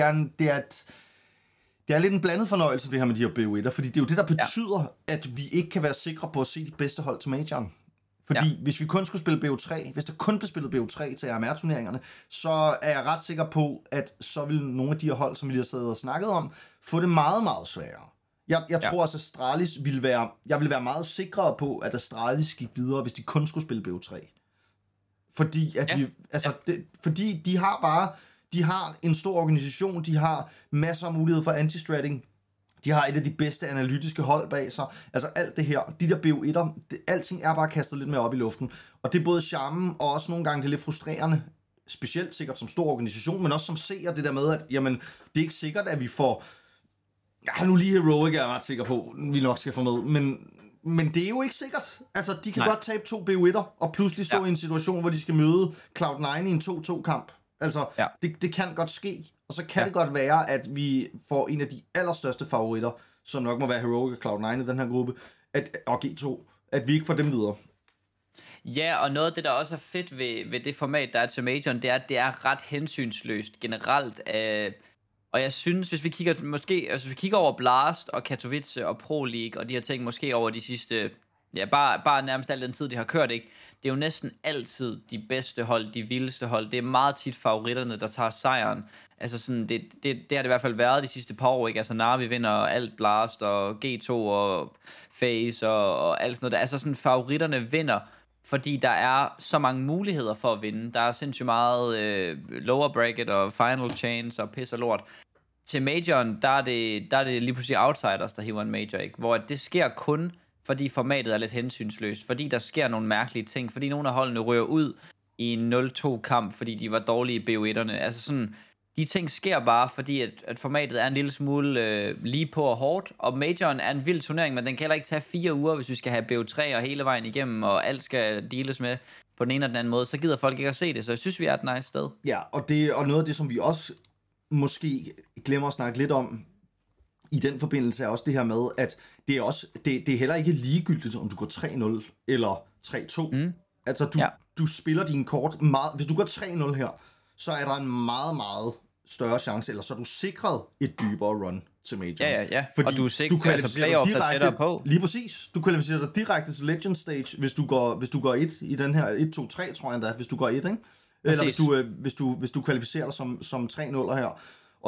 er lidt en blandet fornøjelse, det her med de her BO1'er, fordi det er jo det, der betyder, at vi ikke kan være sikre på at se de bedste hold til majoren. Fordi hvis vi kun skulle spille BO3, hvis der kun blev spillet BO3 til RMR-turneringerne, så er jeg ret sikker på, at så vil nogle af de her hold, som vi har siddet og snakket om, få det meget, meget sværere. Jeg tror også, at Astralis ville være meget sikrere på, at Astralis gik videre, hvis de kun skulle spille BO3. Fordi fordi de har en stor organisation, de har masser af mulighed for anti-stratting, de har et af de bedste analytiske hold bag sig, altså alt det her, de der BO1'er, alting er bare kastet lidt mere op i luften, og det er både charmen, og også nogle gange det er lidt frustrerende, specielt sikkert som stor organisation, men også som seer, det der med, at jamen, det er ikke sikkert, at vi får, nu lige Heroic er jeg ret sikker på, vi nok skal få med, men det er jo ikke sikkert. Altså, de kan godt tabe 2 BO1'er, og pludselig stå i en situation, hvor de skal møde Cloud9 i en 2-2-kamp. Altså, det kan godt ske. Og så kan det godt være, at vi får en af de allerstørste favoritter, som nok må være Heroic og Cloud9 i den her gruppe, og G2, at vi ikke får dem videre. Ja, og noget af det, der også er fedt ved det format, der er til majoren, det er, at det er ret hensynsløst generelt. Og jeg synes, hvis vi kigger over Blast og Katowice og Pro League og de her ting, måske over de sidste, bare nærmest al den tid, de har kørt, ikke? Det er jo næsten altid de bedste hold, de vildeste hold. Det er meget tit favoritterne, der tager sejren. Altså sådan, det har det i hvert fald været de sidste par år, ikke? Altså Na'Vi vinder alt Blast og G2 og FaZe og alt sådan noget. Altså sådan, favoritterne vinder, fordi der er så mange muligheder for at vinde. Der er sindssygt meget lower bracket og final chance og pis og lort. Til majoren, der er det lige pludselig outsiders, der hiver en major, ikke? Hvor det sker kun, fordi formatet er lidt hensynsløst, fordi der sker nogle mærkelige ting, fordi nogle af holdene rører ud i en 0-2-kamp, fordi de var dårlige i BO1'erne. Altså sådan, de ting sker bare, fordi at formatet er en lille smule lige på og hårdt, og majoren er en vild turnering, men den kan heller ikke tage 4 uger, hvis vi skal have BO3 og hele vejen igennem, og alt skal deales med på den ene eller den anden måde, så gider folk ikke at se det, så jeg synes, vi er et nice sted. Ja, og noget af det, som vi også måske glemmer at snakke lidt om, i den forbindelse er også det her med, at det er heller ikke ligegyldigt, om du går 3-0 eller 3-2. Altså, du spiller dine kort meget. Hvis du går 3-0 her, så er der en meget, meget større chance, eller så er du sikret et dybere run til major. Ja. Fordi og du er sikret, playoff, der sætter på. Lige præcis. Du kvalificerer dig direkte til Legend Stage, hvis du går 1 i den her 1-2-3, tror jeg endda, hvis du går 1, ikke? Eller hvis du kvalificerer dig som 3-0'er her.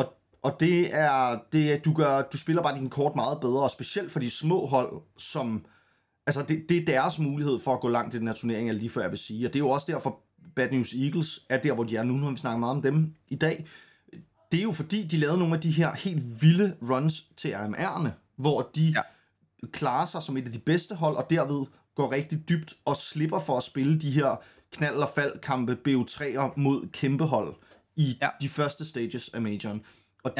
Og det er du spiller bare din kort meget bedre, og specielt for de små hold, som altså det er deres mulighed for at gå langt i den her turnering, lige før jeg vil sige. Og det er jo også derfor Bad News Eagles er der, hvor de er nu, når vi snakker meget om dem i dag. Det er jo fordi, de lavede nogle af de her helt vilde runs til RMR'erne, hvor de klarer sig som et af de bedste hold, og derved går rigtig dybt og slipper for at spille de her knald- og fald-kampe BO3'er mod kæmpe hold i de første stages af majoren. Og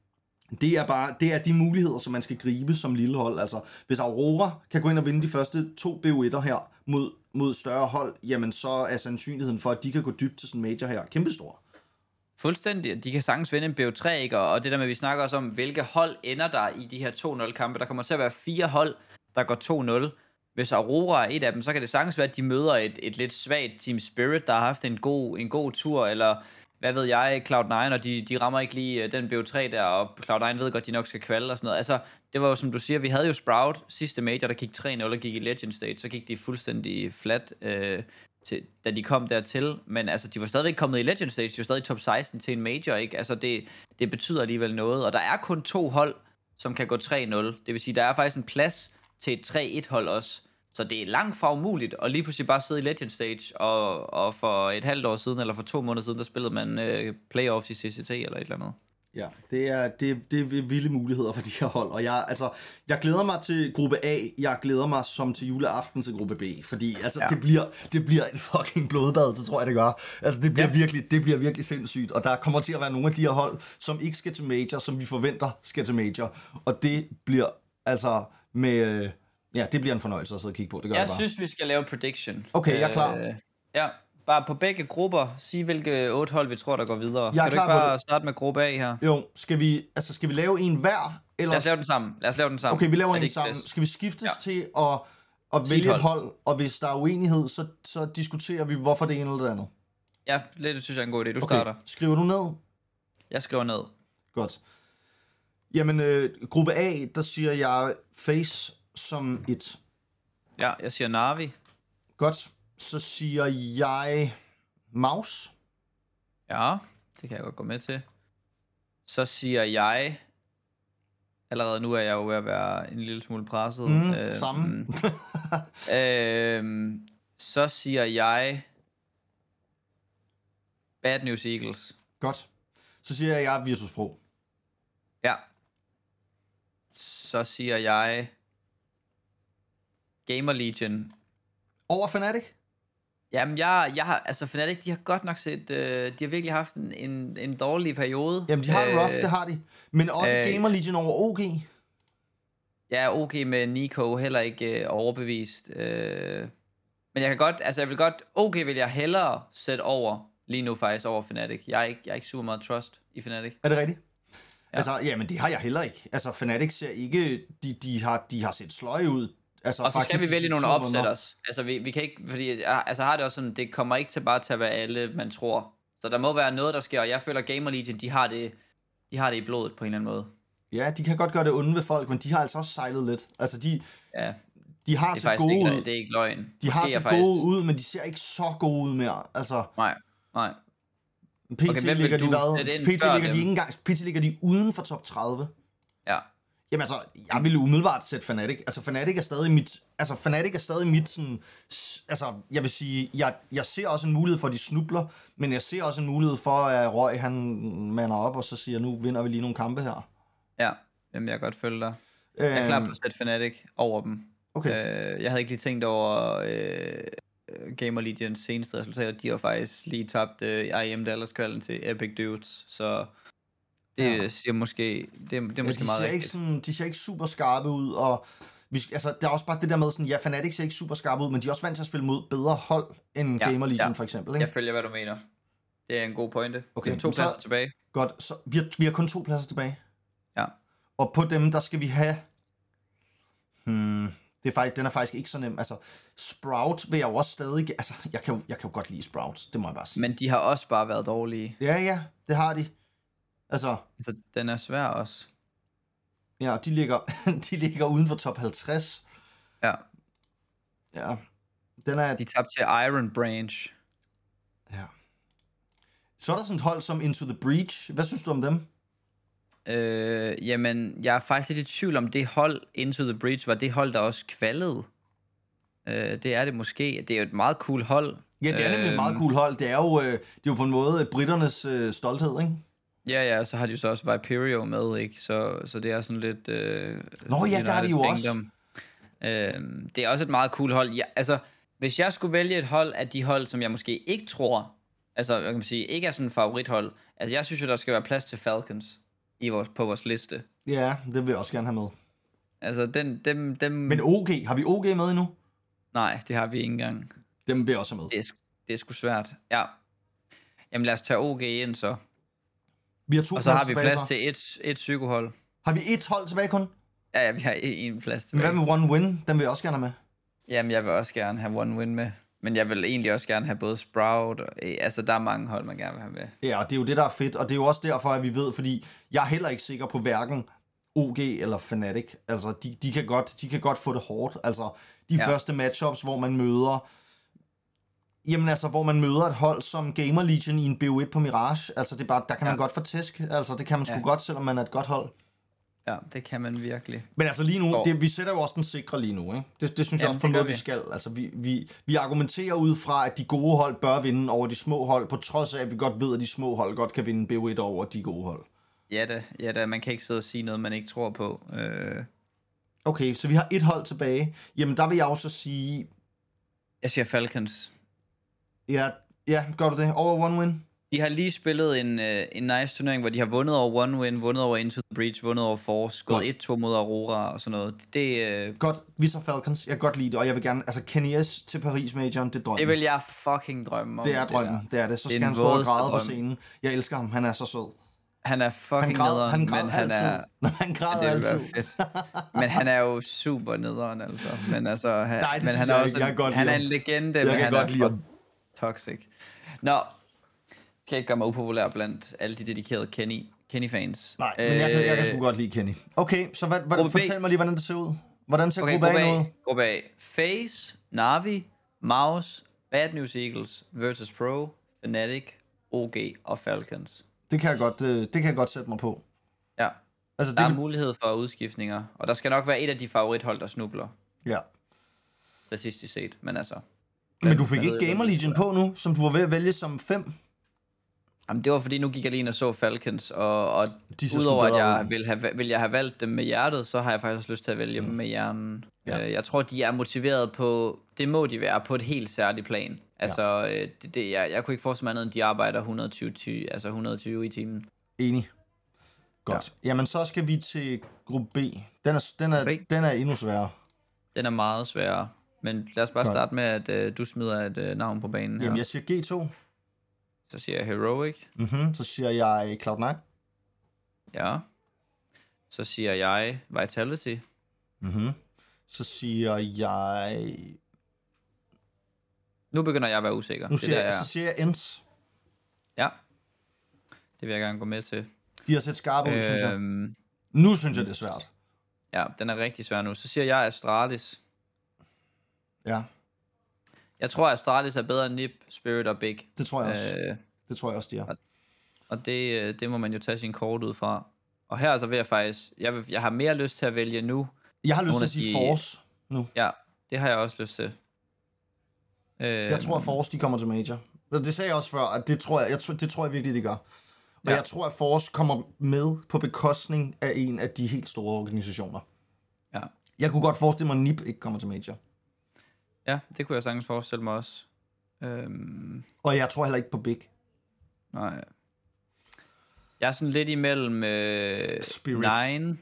det er de muligheder, som man skal gribe som lille hold. Altså, hvis Aurora kan gå ind og vinde de første 2 BO1'er her mod større hold, jamen så er sandsynligheden for, at de kan gå dybt til sådan en major her kæmpestor. Fuldstændig. De kan sagtens vinde en BO3, ikke? Og det der med, vi snakker også om, hvilke hold ender der i de her 2-0-kampe. Der kommer til at være 4 hold, der går 2-0. Hvis Aurora er et af dem, så kan det sagtens være, at de møder et lidt svagt Team Spirit, der har haft en god tur, eller hvad ved jeg, Cloud9, og de rammer ikke lige den BO3 der, og Cloud9 ved godt, de nok skal kvalde og sådan noget. Altså, det var jo som du siger, vi havde jo Sprout sidste major, der gik 3-0 og gik i Legend Stage, så gik de fuldstændig flat, da de kom dertil. Men altså, de var stadigvæk kommet i Legend Stage, de var stadig top 16 til en major, ikke? Altså, det betyder alligevel noget, og der er kun 2 hold, som kan gå 3-0. Det vil sige, der er faktisk en plads til et 3-1 hold også. Så det er langt fra umuligt, og lige pludselig bare sidde i Legend Stage, og for et halvt år siden, eller for 2 måneder siden, der spillede man playoffs i CCT, eller et eller andet. Ja, det er vilde muligheder for de her hold, og jeg glæder mig til gruppe A, jeg glæder mig som til juleaften til gruppe B, fordi det bliver et fucking blodbad, det tror jeg det gør. Altså det bliver virkelig sindssygt, og der kommer til at være nogle af de her hold, som ikke skal til major, som vi forventer skal til major, og det bliver altså med det bliver en fornøjelse at sidde og kigge på. Det gør jeg synes vi skal lave prediction. Okay, jeg er klar. Ja. Bare på begge grupper, sige hvilke 8 hold vi tror, der går videre. Kan du ikke bare starte med gruppe A her? Jo, skal vi lave en hver? Eller... Lad os lave den sammen. Okay, vi laver en sammen. Skal vi skiftes til at vælge et hold, og hvis der er uenighed, så diskuterer vi, hvorfor det ene eller det andet? Ja, det synes jeg er en god idé. Du starter. Skriver du ned? Jeg skriver ned. Godt. Jamen, gruppe A, der siger jeg FaZe som 1. Ja, jeg siger Na'Vi. Godt. Så siger jeg Mouse. Ja, det kan jeg godt gå med til. Så siger jeg... Allerede nu er jeg jo ved at være en lille smule presset. Samme. Så siger jeg... Bad News Eagles. Godt. Så siger jeg Virtus.pro. Ja. Så siger jeg... Gamer Legion. Over Fnatic? Jamen, jeg har, altså Fnatic, de har godt nok set, de har virkelig haft en dårlig periode. Jamen, de har det rough, det har de. Men også Gamer Legion over OG. Ja, OG med Nico heller ikke overbevist. Men jeg vil godt, OG vil jeg hellere sætte over, lige nu faktisk over Fnatic. Jeg er ikke super meget trust i Fnatic. Er det rigtigt? Ja. Altså, jamen det har jeg heller ikke. Altså, Fnatic ser ikke, de har set sløje ud. Altså, og så skal vi vælge nogle opsætters. Altså vi kan ikke, fordi altså har det også sådan, det kommer ikke til bare til at være alle, man tror. Så der må være noget, der sker, og jeg føler Gamer Legion, de har det i blodet på en eller anden måde. Ja, de kan godt gøre det onde ved folk, men de har altså også sejlet lidt. Altså de har set gode ud. Det er ikke løgn. De har set gode ud, men de ser ikke så gode ud mere. Altså Nej. PT ligger de ikke engang, PT ligger de uden for top 30. Ja. Jamen altså, jeg ville umiddelbart sætte Fnatic. Altså Fnatic er stadig mit sådan, altså jeg vil sige, jeg ser også en mulighed for, at de snubler, men jeg ser også en mulighed for, at Røg han mander op, og så siger, nu vinder vi lige nogle kampe her. Ja, jamen jeg kan godt følge dig. Jeg er klar på at sætte Fnatic over dem. Okay. Jeg havde ikke lige tænkt over Gamer Legions seneste resultater. De har faktisk lige tabt IM Dallas-kvalden til Epic Dudes, så det siger måske, det er måske meget rigtigt. De ser ikke super skarpe ud, og der er også bare det der med sådan, Fnatic ser ikke super skarpe ud, men de er også vant til at spille mod bedre hold end Gamer Legion for eksempel, ikke? Jeg følger, hvad du mener. Det er en god pointe. Okay, vi har 2 pladser tilbage. Godt, så vi har kun 2 pladser tilbage. Ja. Og på dem, der skal vi have... den er faktisk ikke så nem. Altså, Sprout vil jeg jo også stadig... Altså, jeg kan jo godt lide Sprout, det må jeg bare sige. Men de har også bare været dårlige. Ja, det har de. Altså, den er svær også. Ja, de ligger uden for top 50. Ja. Ja. Den er... De tabte til Iron Branch. Ja. Så er der sådan et hold som Into the Breach. Hvad synes du om dem? Jamen, jeg er faktisk lidt i tvivl om det hold Into the Breach var det hold, der også kvalede. Det er det måske. Det er jo et meget cool hold. Ja, det er nemlig et meget cool hold. Det er jo på en måde britternes stolthed, ikke? Ja, så har de så også Viperio med, ikke? Så det er sådan lidt... Nå ja, der er de jo også. Det er også et meget cool hold. Ja, altså, hvis jeg skulle vælge et hold af de hold, som jeg måske ikke tror, altså, jeg kan sige, ikke er sådan en favorithold. Altså, jeg synes jo, der skal være plads til Falcons på vores liste. Ja, det vil jeg også gerne have med. Altså, dem... Men OG, har vi OG med endnu? Nej, det har vi ikke engang. Dem vil jeg også have med. Det er sgu svært. Ja. Jamen, lad os tage OG ind, så. Vi har 2 og så har vi plads til et psykohold. Har vi et hold tilbage kun? Ja, vi har en plads tilbage. Men hvad med One Win? Den vil jeg også gerne have med. Jamen, jeg vil også gerne have One Win med. Men jeg vil egentlig også gerne have både Sprout altså, der er mange hold, man gerne vil have med. Ja, og det er jo det, der er fedt. Og det er jo også derfor, at vi ved, fordi jeg er heller ikke sikker på hverken OG eller Fnatic. Altså, de kan godt få det hårdt. Altså, første matchups, hvor man møder... Jamen altså, hvor man møder et hold som Gamer Legion i en BO1 på Mirage, altså det er bare, der kan man godt få tæsk, altså det kan man sgu godt, selvom man er et godt hold. Ja, det kan man virkelig. Men altså lige nu, vi sætter jo også den sikre lige nu, ikke? Det synes jeg også på en måde, vi skal. Altså vi argumenterer ud fra, at de gode hold bør vinde over de små hold, på trods af, at vi godt ved, at de små hold godt kan vinde BO1 over de gode hold. Ja da, man kan ikke sidde og sige noget, man ikke tror på. Okay, så vi har et hold tilbage. Jamen, der vil jeg også sige... Jeg siger Falcons. Ja, gør du det? Over one win? De har lige spillet en nice turnering, hvor de har vundet over One Win, vundet over Into the Breach, vundet over Force, gået 1-2 mod Aurora og sådan noget. Godt, vi tager Falcons. Jeg kan godt lide det, og jeg vil gerne... Altså, Kenny S. til Paris-majoren, det er drømmen. Det vil jeg fucking drømme om. Det er drømmen, det er det. Så skal han stå og græde på scenen. Jeg elsker ham, han er så sød. Han er fucking nederen. Han græder altid. Han græder altid. Men han er jo super nederen, altså. Men altså, han er også han er en legende, men han er toxic. Nå, kan ikke gøre mig upopulær blandt alle de dedikerede Kenny-fans. Nej, men jeg kan sgu godt lide Kenny. Okay, så fortæl mig lige, hvordan det ser ud. Hvordan ser gruppe A ud? Gruppe A. FaZe, Na'Vi, Mouse, Bad News Eagles, Virtus Pro, Fnatic, OG og Falcons. Det kan jeg godt sætte mig på. Ja. Altså, der er mulighed for udskiftninger, og der skal nok være et af de favorithold, der snubler. Ja. Statistisk set, men altså... Men du fik ikke Gamer Legion på nu, som du var ved at vælge som 5? Jamen, det var fordi, nu gik jeg lige ind og så Falcons, og udover at jeg ville have valgt dem med hjertet, så har jeg faktisk også lyst til at vælge dem med hjernen. Ja. Jeg tror, de er motiveret på, det må de være, på et helt særligt plan. Altså, jeg kunne ikke forestille mig andet, end de arbejder 120 i timen. Enig. Godt. Ja. Jamen, så skal vi til gruppe B. Den er endnu sværere. Den er meget sværere. Men lad os bare starte med, at du smider et navn på banen her. Jamen, jeg siger G2. Så siger jeg Heroic. Så siger jeg Cloud9. Ja. Så siger jeg Vitality. Så siger jeg... Nu begynder jeg at være usikker. Så siger jeg ENCE. Ja. Det vil jeg gerne gå med til. De har set skarpe ud, synes jeg. Nu synes jeg, det er svært. Ja, den er rigtig svær nu. Så siger jeg Astralis. Ja. Jeg tror, at Astralis er bedre end NiP, Spirit og Big. Det tror jeg også. Det tror jeg også, de er. Og det må man jo tage sin kort ud fra. Og her så vil jeg faktisk... Jeg har mere lyst til at vælge nu. Jeg har lyst til at sige Force nu. Ja, det har jeg også lyst til. Jeg tror, at Force de kommer til Major. Det sagde jeg også før, at det tror jeg virkelig, de gør. Og jeg tror, at Force kommer med på bekostning af en af de helt store organisationer. Ja. Jeg kunne godt forestille mig, at NiP ikke kommer til Major. Ja, det kunne jeg sagtens forestille mig også. Og jeg tror heller ikke på Big. Nej. Jeg er sådan lidt imellem Nine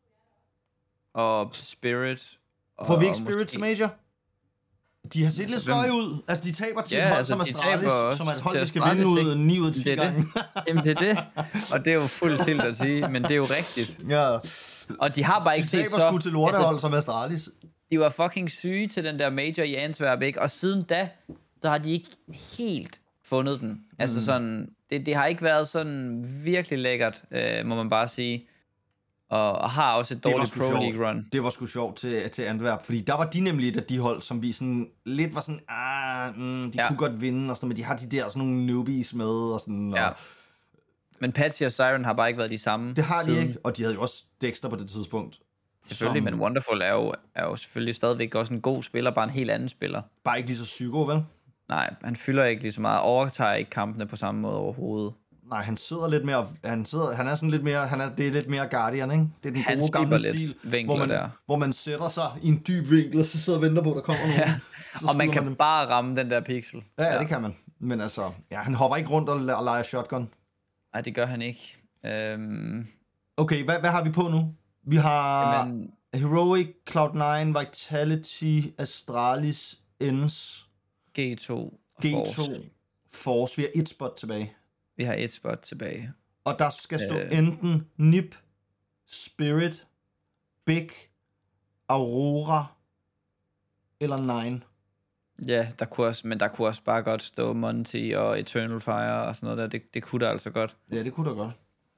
og Spirit. Får vi ikke Spirit til Major? De har set lidt sløje ud. Altså, de taber til et hold som Astralis, som er et hold, de skal vinde ud 9 ud af 10 gange. Jamen, det er det. Og det er jo fuldt til at sige, men det er jo rigtigt. Ja. Og de har bare ikke set så... De taber sgu til lortehold som Astralis. De var fucking syge til den der Major i Antwerp, ikke? Og siden da, der har de ikke helt fundet den. Altså sådan... Det har ikke været sådan virkelig lækkert, må man bare sige. Og har også et dårligt Pro League run. Det var sgu sjovt til Antwerp, fordi der var de nemlig et af de hold, som vi sådan lidt var sådan, de kunne godt vinde, og sådan, men de har de der sådan nogle newbies med, og sådan. Ja. Men Patsy og Siren har bare ikke været de samme. Det har de ikke, og de havde jo også Dexter på det tidspunkt. Selvfølgelig, men Wonderful er jo selvfølgelig stadigvæk også en god spiller, bare en helt anden spiller. Bare ikke lige så psyko, vel? Nej, han fylder ikke lige så meget, overtager ikke kampene på samme måde overhovedet. Nej, han sidder lidt mere, han er sådan lidt mere, det er lidt mere Guardian, ikke? Det er den gode gamle stil, hvor man sætter sig i en dyb vinkel, og så sidder og venter på, at der kommer nogen. Ja. Og man kan bare ramme den der pixel. Ja, det kan man. Men altså, han hopper ikke rundt og leger shotgun. Nej, det gør han ikke. Okay, hvad har vi på nu? Vi har Heroic, Cloud9, Vitality, Astralis, ENCE, G2, Force. Vi har et spot tilbage. Vi har et spot tilbage. Og der skal stå enten NiP, Spirit, Big, Aurora eller Nine. Ja, der kunne også bare godt stå Monty og Eternal Fire og sådan noget der. Det kunne der altså godt. Ja, det kunne der godt.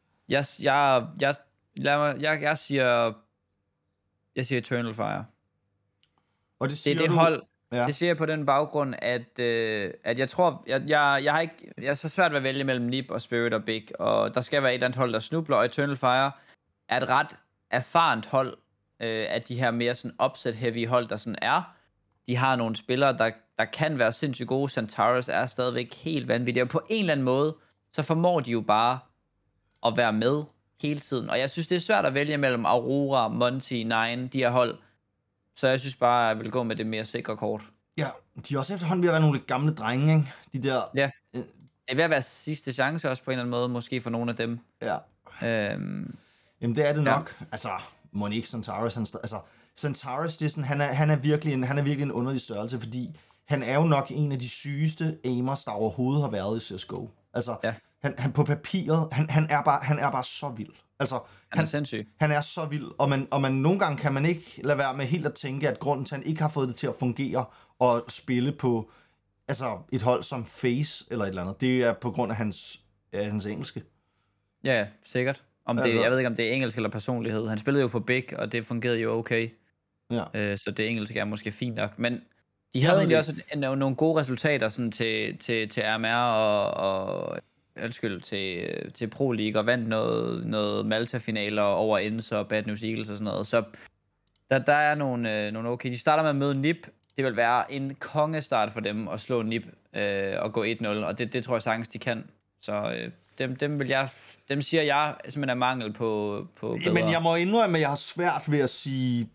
Jeg siger Eternal Fire. Og det siger det hold. Ja. Det siger jeg på den baggrund, at jeg tror, jeg er så svært ved at vælge mellem NiP og Spirit og Big, og der skal være et eller andet hold, der snubler, og Eternal Fire er et ret erfarent hold af de her mere sådan upset-heavy hold, der sådan er. De har nogle spillere, der kan være sindssygt gode. Xantares er stadigvæk helt vanvittig, og på en eller anden måde, så formår de jo bare at være med hele tiden. Og jeg synes, det er svært at vælge mellem Aurora, Monty, Nine, de her hold. Så jeg synes bare, jeg vil gå med det mere sikre kort. Ja, de er også efterhånden ved at være nogle lidt gamle drenge, ikke? De der... Ja, det er ved at være sidste chance også på en eller anden måde, måske for nogle af dem. Ja. Jamen det er det nok. Altså, Monique Xantares, Xantares, det er sådan, han er virkelig en underlig størrelse, fordi han er jo nok en af de sygeste aimers, der overhovedet har været i CSGO. Altså, han på papiret, han er bare så vild. Altså, han er sindssyg. Han er så vild, og man nogle gange kan man ikke lade være med helt at tænke, at grunden til, at han ikke har fået det til at fungere og spille på et hold som FaZe eller et eller andet, det er på grund af hans engelske. Ja, sikkert. Jeg ved ikke, om det er engelsk eller personlighed. Han spillede jo på Big, og det fungerede jo okay. Ja. Så det engelske er måske fint nok. Men de havde egentlig også nogle gode resultater sådan til RMR og til Pro League, og vandt noget Malta-finaler over Ends og Bad News Eagles og sådan noget. Så der er nogle okay. De starter med at møde NiP. Det vil være en kongestart for dem at slå NiP og gå 1-0, og det tror jeg sagtens, de kan. Så dem siger jeg simpelthen er mangel på bedre. Men jeg må indrømme, at jeg har svært ved at sige...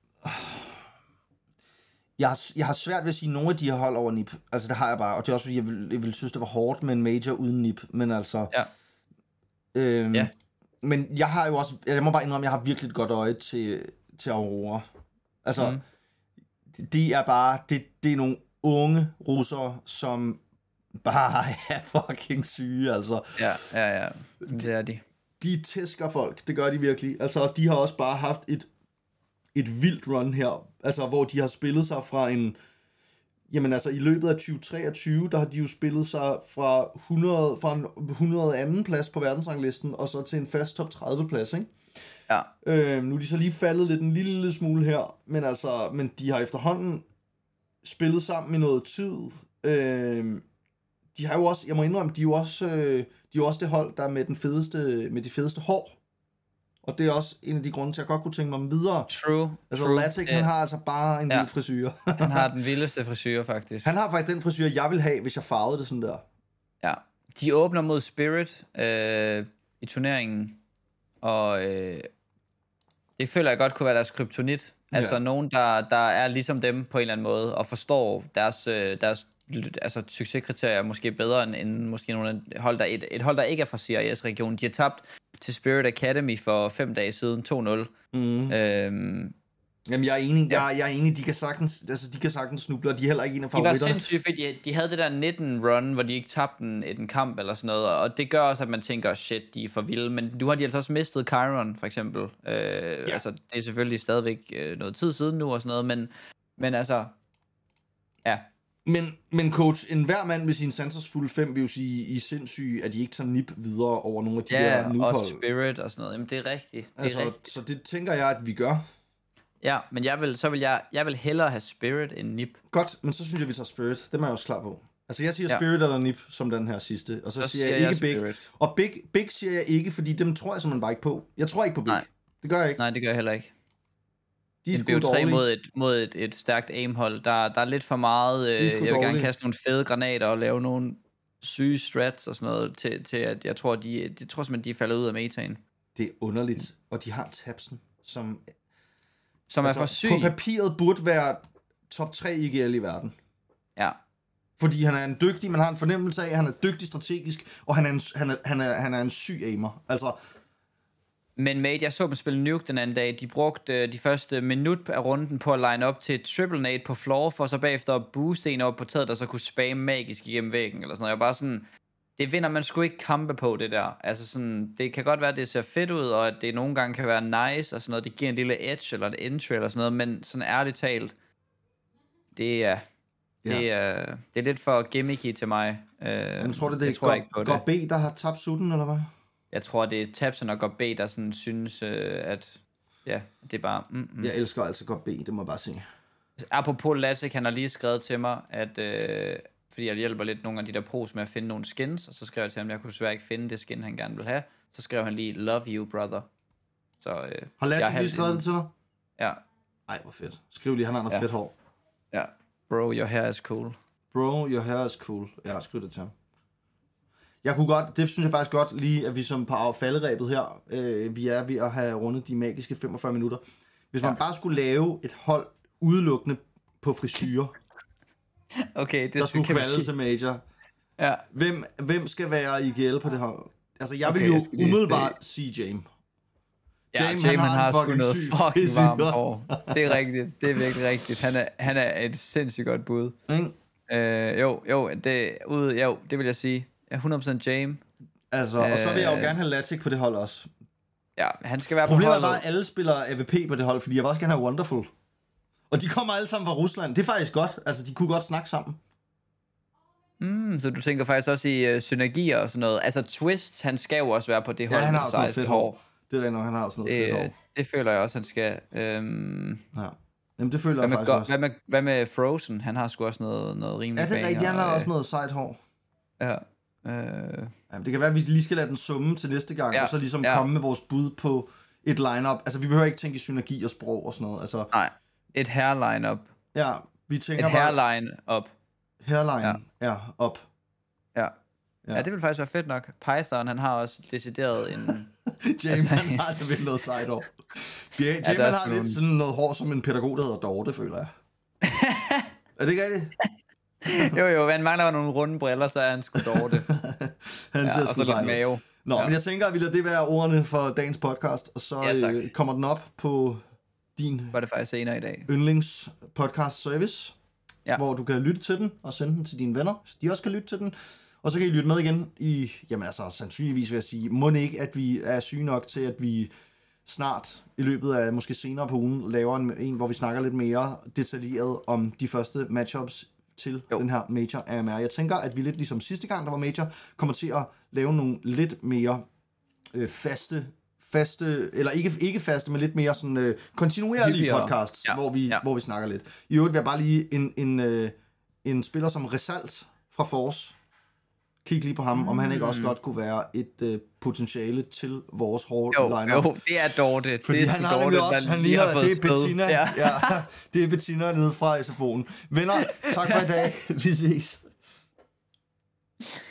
Jeg har svært ved at sige nogle af de her hold over NiP. Altså det har jeg bare, og det er også fordi, jeg vil synes, det var hårdt med en major uden NiP, men altså... Ja. Men jeg har jo også... Jeg må bare indrømme, at jeg har virkelig et godt øje til Aurora. Altså, de er bare... Det er nogle unge russere, som bare er fucking syge, altså. Ja. Det er de. De tæsker folk, det gør de virkelig. Altså, de har også bare haft et vildt run her, altså hvor de har spillet sig fra en, jamen altså i løbet af 2023, der har de jo spillet sig fra en 102. plads på verdensranglisten, og så til en fast top 30 plads, ikke? Ja. Nu er de så lige faldet lidt en lille smule her, men de har efterhånden spillet sammen i noget tid. De har jo også, jeg må indrømme, de er jo også det hold, der er med de fedeste hår. Og det er også en af de grunde til, at jeg godt kunne tænke mig videre. True. Altså, Latic, han har altså bare en vild frisyr. Han har den vildeste frisyr, faktisk. Han har faktisk den frisyr, jeg vil have, hvis jeg farvede det sådan der. Ja. De åbner mod Spirit i turneringen, og det føler jeg godt kunne være deres kryptonit. Altså nogen, der er ligesom dem på en eller anden måde, og forstår deres succeskriterier måske bedre end måske nogle hold, et hold, der ikke er fra CIS-regionen. De har tabt til Spirit Academy for 5 dage siden, 2-0. Jamen, jeg er enig. Jeg er enig. De kan sagtens snuble, og de er heller ikke en af favoritterne. De var sindssygt, fordi de havde det der 19-run, hvor de ikke tabte en kamp eller sådan noget, og det gør også, at man tænker, shit, de er for vilde. Men nu har de altså også mistet Chiron, for eksempel. Altså, det er selvfølgelig stadigvæk noget tid siden nu og sådan noget, men altså, ja. Men coach, enhver mand med sin Santos-fulde 5 vil jo sige, I er sindssyge, at I ikke tager NiP videre over nogle af de der noob-hold. Og Spirit og sådan noget. Jamen, det er rigtigt. Så det tænker jeg, at vi gør. Ja, men jeg vil hellere have Spirit end NiP. Godt, men så synes jeg, vi tager Spirit. Det er jeg også klar på. Altså, jeg siger Spirit eller NiP som den her sidste. Og så siger jeg ikke Big. Spirit. Og Big siger jeg ikke, fordi dem tror jeg simpelthen bare ikke på. Jeg tror ikke på Big. Nej. Det gør jeg ikke. Nej, det gør jeg heller ikke. De er en BO3 mod et stærkt aimhold. Der er lidt for meget... jeg vil gerne kaste nogle fede granater og lave nogle syge strats og sådan noget, til at jeg tror, simpelthen, de er faldet ud af metaen. Det er underligt. Og de har Tabsen, som er for syg. På papiret burde være top 3 IGL i verden. Ja. Fordi han er en dygtig, man har en fornemmelse af, at han er dygtig strategisk, og han er en syg aimer. Altså... Men mate, jeg så dem spille Nuke den anden dag. De brugte de første minut af runden på at line op til et triple nade på floor, for så bagefter at booste en op på taget, der så kunne spamme magisk igennem væggen, eller sådan noget. Jeg bare sådan, det vinder man sgu ikke kampe på, det der. Altså sådan, det kan godt være, at det ser fedt ud, og at det nogle gange kan være nice, og sådan noget. Det giver en lille edge, eller et entry, eller sådan noget, men sådan ærligt talt, det er lidt for gimmicky til mig. Jeg tror, det er Gob B, der har tabt sutten, eller hvad? Jeg tror, det er Tabsen og Gob B, der sådan synes, at ja, det er bare... Jeg elsker altså Gob B, det må jeg bare sige. Apropos Latic, han har lige skrevet til mig, at fordi jeg hjælper lidt nogle af de der pros med at finde nogle skins, og så skrev jeg til ham, at jeg kunne desværre ikke finde det skin, han gerne vil have. Så skrev han lige, love you, brother. Så, har Lasse lige skrevet det til dig? Ja. Ej, hvor fedt. Skriv lige, han har noget fedt hår. Ja. Bro, your hair is cool. Bro, your hair is cool. Ja, skriv det til ham. Jeg kunne godt, det synes jeg faktisk godt, lige at vi som på falderæbet her, vi er ved at have rundet de magiske 45 minutter. Hvis man bare skulle lave et hold udelukkende på frisyrer, okay, det der skulle kvalde til major. Ja. Hvem skal være IGL på det her? Altså, jeg vil jo umiddelbart sige James. James han har sgu noget fucking varmt hår. Det er rigtigt. Det er virkelig rigtigt. Han er et sindssygt godt bud. Det vil jeg sige. Ja, 100% James. Altså, og så vil jeg jo gerne have Latic på det hold også. Ja, han skal være Problemet på holdet. Problemet er bare, at alle spiller AVP på det hold, fordi jeg vil også gerne have Wonderful. Og de kommer alle sammen fra Rusland. Det er faktisk godt. Altså, de kunne godt snakke sammen. Så du tænker faktisk også i synergier og sådan noget. Altså, Twist, han skal jo også være på det hold. Ja, han har også noget fedt hår. Det er nok, han har sådan noget fedt hår. Det føler jeg også, han skal. Ja. Jamen, det føler jeg faktisk også. Hvad med Frozen? Han har sgu også noget rimelig. Ja, det er rigtigt. Han har også noget sejt hår. Ja. Jamen, det kan være, at vi lige skal lade den summe til næste gang, og så ligesom komme med vores bud på et line-up. Altså, vi behøver ikke tænke i synergi og sprog og sådan noget. Altså, nej, et hair-line-up. Ja, vi tænker et hairline-up. Hairline, op. Ja, det vil faktisk være fedt nok. Python, han har også decideret en... James, han har altså virkelig noget sejt hår. James, han har lidt sådan noget hår som en pædagog, der hedder Dorte, føler jeg. Er det ikke rigtigt? jo, han mangler nogle runde briller, så er han sgu Dorte. Han ser sgu sejt mave. Nå, men jeg tænker, at vi lader det være ordene for dagens podcast, og så kommer den op på din Spotify senere i dag. Yndlings podcast service, hvor du kan lytte til den og sende den til dine venner, så de også kan lytte til den. Og så kan I lytte med igen i, jamen altså sandsynligvis vil jeg sige, må ikke, at vi er syge nok til, at vi snart i løbet af måske senere på ugen laver en hvor vi snakker lidt mere detaljeret om de første matchups til den her Major AMR. Jeg tænker, at vi lidt ligesom sidste gang, der var Major, kommer til at lave nogle lidt mere faste, eller ikke faste, men lidt mere sådan kontinuerlige podcasts, hvor vi snakker lidt. I øvrigt vil jeg bare lige en spiller som Resalt fra Force. Kig lige på ham, om han ikke også godt kunne være et potentiale til vores line-up. Jo, det er Dorte. Fordi det er han har nemlig også, han ligner, det er Bettina. Ja, det er Bettina nede fra SFO'en. Venner, tak for i dag. Vi ses.